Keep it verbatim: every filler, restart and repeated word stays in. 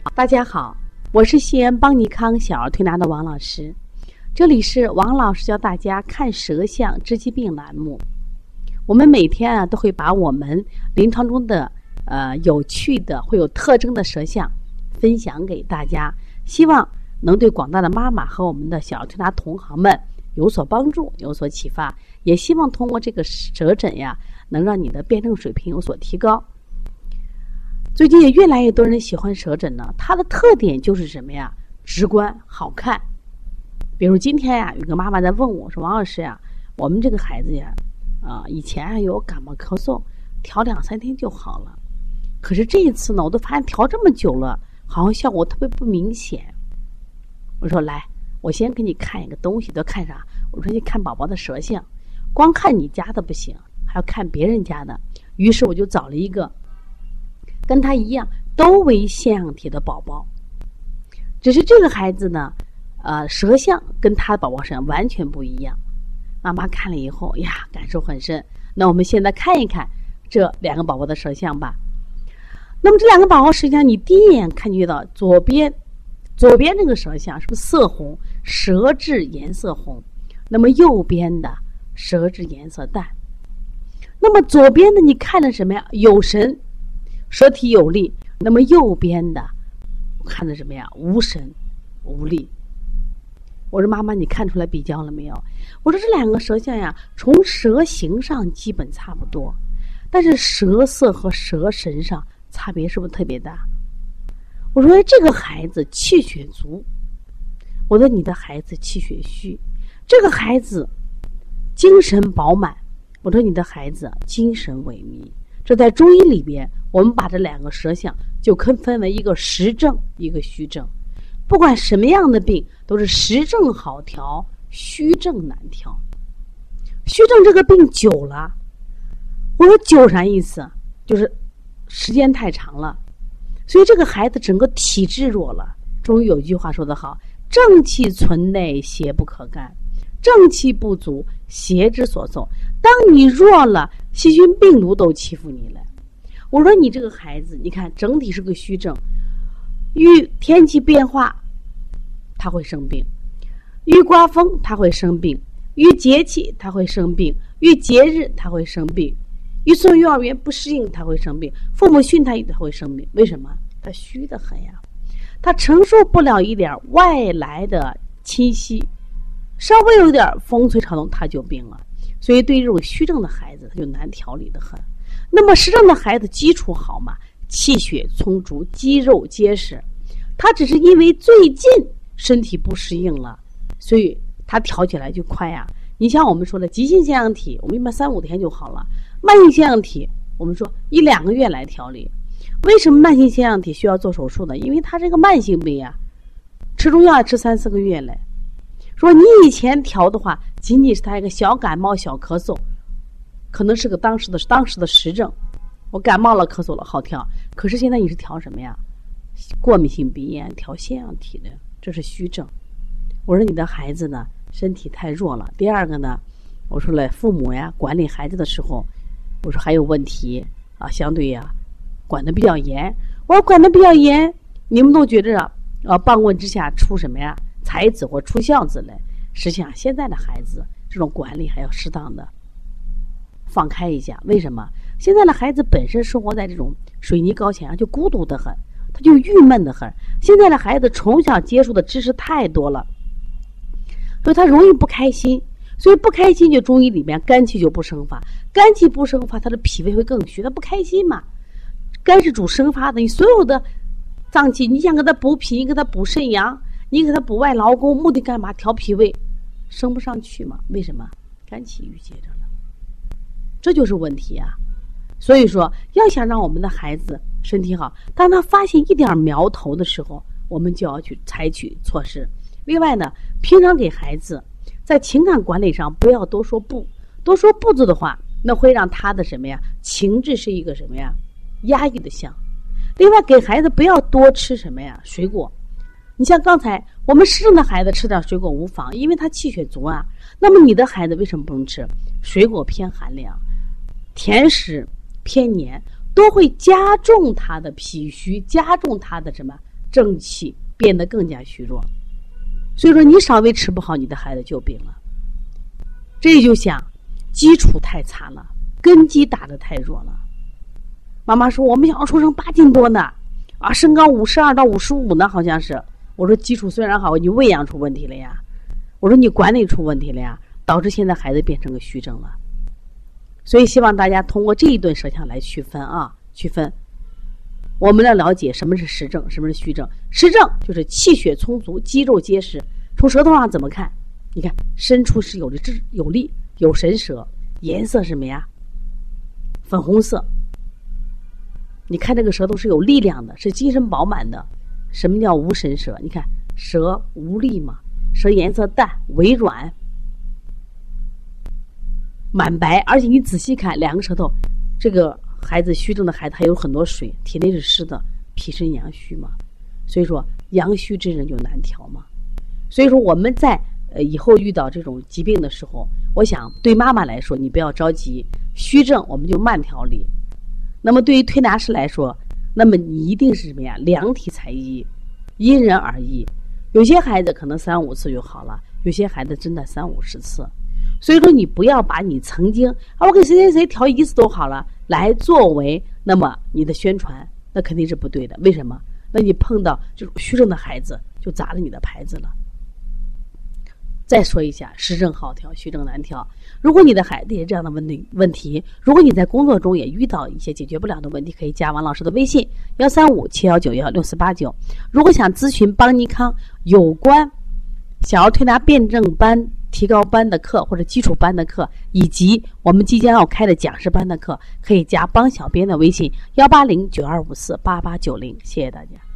大家好，我是西安邦尼康小儿推拿的王老师，这里是王老师教大家看舌象治疾病栏目。我们每天啊都会把我们临床中的呃有趣的、会有特征的舌象分享给大家，希望能对广大的妈妈和我们的小儿推拿同行们有所帮助、有所启发。也希望通过这个舌诊呀，能让你的辩证水平有所提高。最近也越来越多人喜欢舌诊呢，它的特点就是什么呀？直观好看。比如今天呀，有个妈妈在问我说：“王老师呀，我们这个孩子呀，啊、呃，以前还有感冒咳嗽，调两三天就好了。可是这一次呢，我都发现调这么久了，好像效果特别不明显。”我说：“来，我先给你看一个东西，都看啥？我说你看宝宝的舌象，光看你家的不行，还要看别人家的。于是我就找了一个跟他一样都为腺样体的宝宝，只是这个孩子呢，呃，舌象跟他的宝宝舌象完全不一样。妈妈看了以后呀，感受很深。那我们现在看一看这两个宝宝的舌象吧。那么这两个宝宝实际上，你第一眼看觉到左边，左边这个舌象是不是色红，舌质颜色红？那么右边的舌质颜色淡。那么左边的你看的什么呀？有神。舌体有力，那么右边的看的什么呀？无神无力。我说妈妈，你看出来比较了没有？我说这两个舌象呀，从舌形上基本差不多，但是舌色和舌神上差别是不是特别大？我说这个孩子气血足，我说你的孩子气血虚，这个孩子精神饱满，我说你的孩子精神萎靡。这在中医里边，我们把这两个舌象就可以分为一个实症一个虚症。不管什么样的病，都是实症好调，虚症难调。虚症这个病久了，我说久啥意思？就是时间太长了，所以这个孩子整个体质弱了。中医有一句话说得好：正气存内，邪不可干。正气不足，邪之所受。当你弱了，细菌病毒都欺负你了。我说你这个孩子，你看整体是个虚症，遇天气变化他会生病，遇刮风他会生病，遇节气他会生病，遇节日他会生病，遇送幼儿园不适应他会生病，父母训他他会生病。为什么？他虚得很呀，他承受不了一点外来的侵袭，稍微有点风吹草动他就病了。所以对这种虚症的孩子他就难调理得很。那么实症的孩子基础好嘛，气血充足，肌肉结实，他只是因为最近身体不适应了，所以他调起来就快呀。你像我们说的急性腺样体，我们一般三五天就好了，慢性腺样体我们说一两个月来调理。为什么慢性腺样体需要做手术呢？因为它这个慢性病呀，吃中药吃三四个月嘞。说你以前调的话，仅仅是他一个小感冒、小咳嗽，可能是个当时的当时的实症，我感冒了、咳嗽了好调。可是现在你是调什么呀？过敏性鼻炎，调腺样体的，这是虚症。我说你的孩子呢，身体太弱了。第二个呢，我说了，父母呀管理孩子的时候，我说还有问题啊，相对呀管得比较严。我说管得比较严，你们都觉着啊，棒棍之下出什么呀？才子或出孝子嘞。实际上现在的孩子这种管理还要适当的放开一下。为什么？现在的孩子本身生活在这种水泥高墙上，就孤独得很，他就郁闷得很。现在的孩子从小接触的知识太多了，所以他容易不开心。所以不开心就中医里面肝气就不生发，肝气不生发，他的脾胃会更虚，他不开心嘛。肝是主生发的，你所有的脏器，你想给他补脾，你给他补肾阳，你给他补外劳宫，目的干嘛？调脾胃，升不上去嘛？为什么？肝气郁结着了，这就是问题啊。所以说，要想让我们的孩子身体好，当他发现一点苗头的时候，我们就要去采取措施。另外呢，平常给孩子在情感管理上不要多说不，多说不字的话，那会让他的什么呀？情志是一个什么呀？压抑的象。另外，给孩子不要多吃什么呀？水果。你像刚才我们实症的孩子吃点水果无妨，因为他气血足啊。那么你的孩子为什么不能吃？水果偏寒凉，甜食偏黏，都会加重他的脾虚，加重他的什么正气变得更加虚弱。所以说你稍微吃不好，你的孩子就病了。这就想基础太差了，根基打得太弱了。妈妈说我们小孩出生八斤多呢，啊，身高五十二到五十五呢，好像是。我说基础虽然好，你喂养出问题了呀。我说你管理出问题了呀，导致现在孩子变成个虚症了。所以希望大家通过这一顿舌象来区分啊，区分。我们要了解什么是实症，什么是虚症。实症就是气血充足，肌肉结实。从舌头上怎么看？你看伸出是有力、有力、有神舌，颜色是什么呀？粉红色。你看这个舌头是有力量的，是精神饱满的。什么叫无神舌？你看舌无力嘛，舌颜色淡、微软、满白，而且你仔细看两个舌头，这个孩子虚症的孩子还有很多水，体内是湿的，脾肾阳虚嘛。所以说阳虚之人就难调嘛。所以说我们在呃以后遇到这种疾病的时候，我想对妈妈来说，你不要着急，虚症我们就慢调理。那么对于推拿师来说，那么你一定是什么呀？量体裁衣，因人而异。有些孩子可能三五次就好了，有些孩子真的三五十次。所以说你不要把你曾经啊我给谁谁谁调一次都好了来作为那么你的宣传，那肯定是不对的。为什么？那你碰到这种虚症的孩子就砸了你的牌子了。再说一下，实症好调，虚症难调。如果你的孩子也这样的问题问题，如果你在工作中也遇到一些解决不了的问题，可以加王老师的微信幺三五七幺九幺六四八九。如果想咨询邦尼康有关小儿推拿辩证班、提高班的课或者基础班的课，以及我们即将要开的讲师班的课，可以加邦小编的微信幺八零九二五四八八九零。谢谢大家。